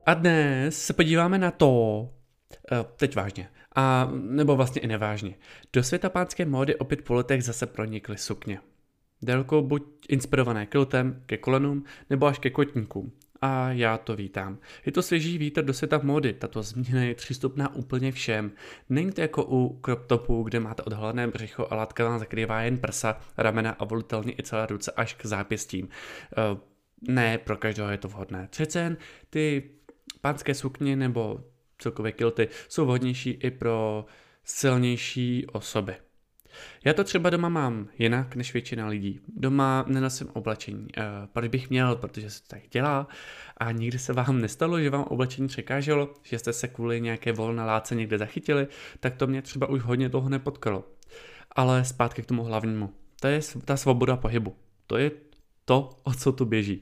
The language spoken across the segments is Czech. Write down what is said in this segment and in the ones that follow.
A dnes se podíváme na to, teď vážně, a nebo vlastně i nevážně. Do světa pánské módy opět po letech zase pronikly sukně. Délkou buď inspirované kiltem, ke kolenům, nebo až ke kotníkům. A já to vítám. Je to svěží vítr do světa módy, tato změna je přístupná úplně všem. Není to jako u crop topů, kde máte odhalené břicho a látka vám zakrývá jen prsa, ramena a volitelně i celé ruce až k zápěstím. Ne, pro každého je to vhodné. Přece jen ty pánské sukně nebo celkově kilty jsou vhodnější i pro silnější osoby. Já to třeba doma mám jinak než většina lidí. Doma nenosím oblečení. Proč bych měl, protože se to tak dělá a nikdy se vám nestalo, že vám oblečení překáželo, že jste se kvůli nějaké volné látce někde zachytili, tak to mě třeba už hodně dlouho nepotkalo. Ale zpátky k tomu hlavnímu. To je ta svoboda pohybu. To je to, o co tu běží.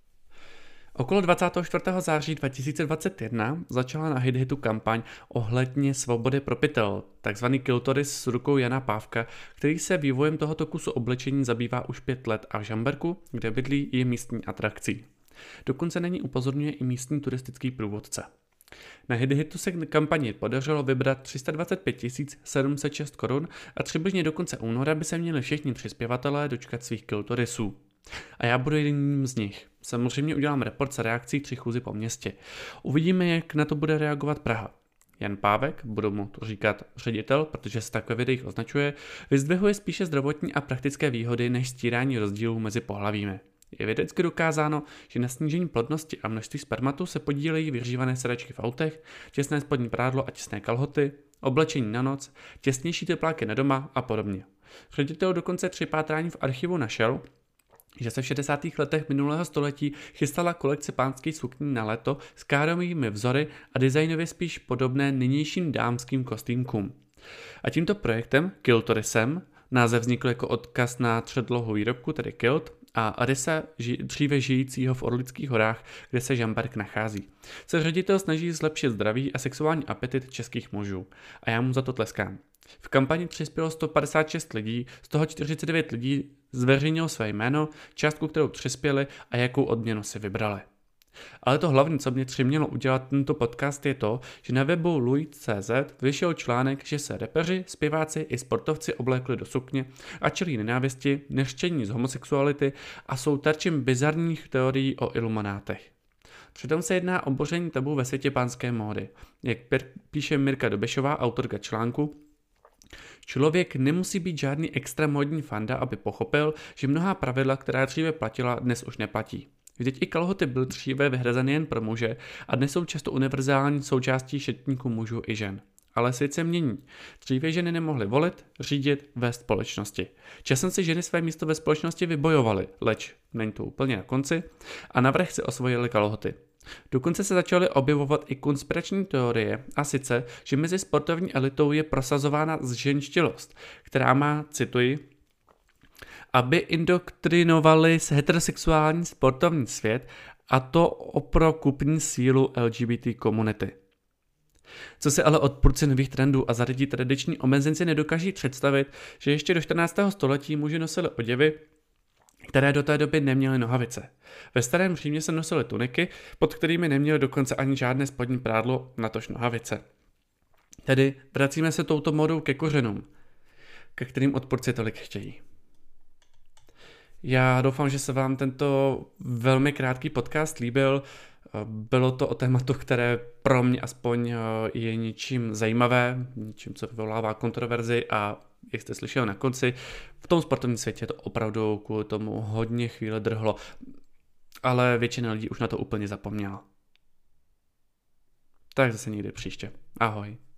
Okolo 24. září 2021 začala na HitHitu kampaň ohledně svobody pro pytel, takzvaný Kiltoris s rukou Jana Pávka, který se vývojem tohoto kusu oblečení zabývá už 5 let a v Žamberku, kde bydlí, je místní atrakcí. Dokonce na ní upozorňuje i místní turistický průvodce. Na HitHitu se kampani podařilo vybrat 325 706 korun a přibližně do konce února by se měli všichni přispěvatelé dočkat svých Kiltorisů. A já budu jedním z nich. Samozřejmě udělám report s reakcí při chůzi po městě. Uvidíme, jak na to bude reagovat Praha. Jan Pávek, budu mu to říkat ředitel, protože se takové videích označuje, vyzdvihuje spíše zdravotní a praktické výhody než stírání rozdílů mezi pohlavími. Je vědecky dokázáno, že na snížení plodnosti a množství spermatu se podílejí vyhřívané sedačky v autech, těsné spodní prádlo a těsné kalhoty, oblečení na noc, těsnější tepláky na doma a podobně. Ředitel dokonce při pátrání v archivu našel, že se v 60. letech minulého století chystala kolekce pánských sukní na léto s káromými vzory a designově spíš podobné nynějším dámským kostýmkům. A tímto projektem, Kiltorisem, název vznikl jako odkaz na předlohu výrobku, tedy kilt, a rysa dříve žijícího v Orlických horách, kde se Žamberk nachází. Se ředitel snaží zlepšit zdraví a sexuální apetit českých mužů. A já mu za to tleskám. V kampani přispělo 156 lidí, z toho 49 lidí zveřejnilo své jméno, částku, kterou přispěli a jakou odměnu si vybrali. Ale to hlavní, co mě přimělo udělat tento podcast, je to, že na webu Louis.cz vyšel článek, že se repeři, zpěváci i sportovci oblékli do sukně a čelí nenávisti, neštění z homosexuality a jsou terčem bizarních teorií o iluminátech. Přitom se jedná o boření tabu ve světě pánské módy. Jak píše Mirka Dobešová, autorka článku, člověk nemusí být žádný extra módní fanda, aby pochopil, že mnohá pravidla, která dříve platila, dnes už neplatí. Vždyť i kalhoty byly dříve vyhrazeny jen pro muže a dnes jsou často univerzální součástí šatníků mužů i žen. Ale svět se mění. Dříve ženy nemohly volit, řídit, vést společnosti. Časem si ženy své místo ve společnosti vybojovaly, leč není to úplně na konci, a navrch si osvojily kalhoty. Dokonce se začaly objevovat i konspirační teorie, a sice, že mezi sportovní elitou je prosazována zženštilost, která má, cituji, aby indoktrinovali heterosexuální sportovní svět, a to pro kupní sílu LGBT komunity. Co se ale odpůrci nových trendů a zarytí tradiční omezenci nedokáží představit, že ještě do 14. století muži nosili oděvy, které do té doby neměly nohavice. Ve starém Římě se nosily tuniky, pod kterými neměly dokonce ani žádné spodní prádlo, natož nohavice. Tedy vracíme se touto modou ke kořenům, ke kterým odpůrci tolik chtějí. Já doufám, že se vám tento velmi krátký podcast líbil. Bylo to o tématu, které pro mě aspoň je něčím zajímavé, něčím, co vyvolává kontroverzi, a jak jste slyšeli na konci, v tom sportovním světě to opravdu kvůli tomu hodně chvíle drhlo, ale většina lidí už na to úplně zapomněla. Tak zase někdy příště. Ahoj.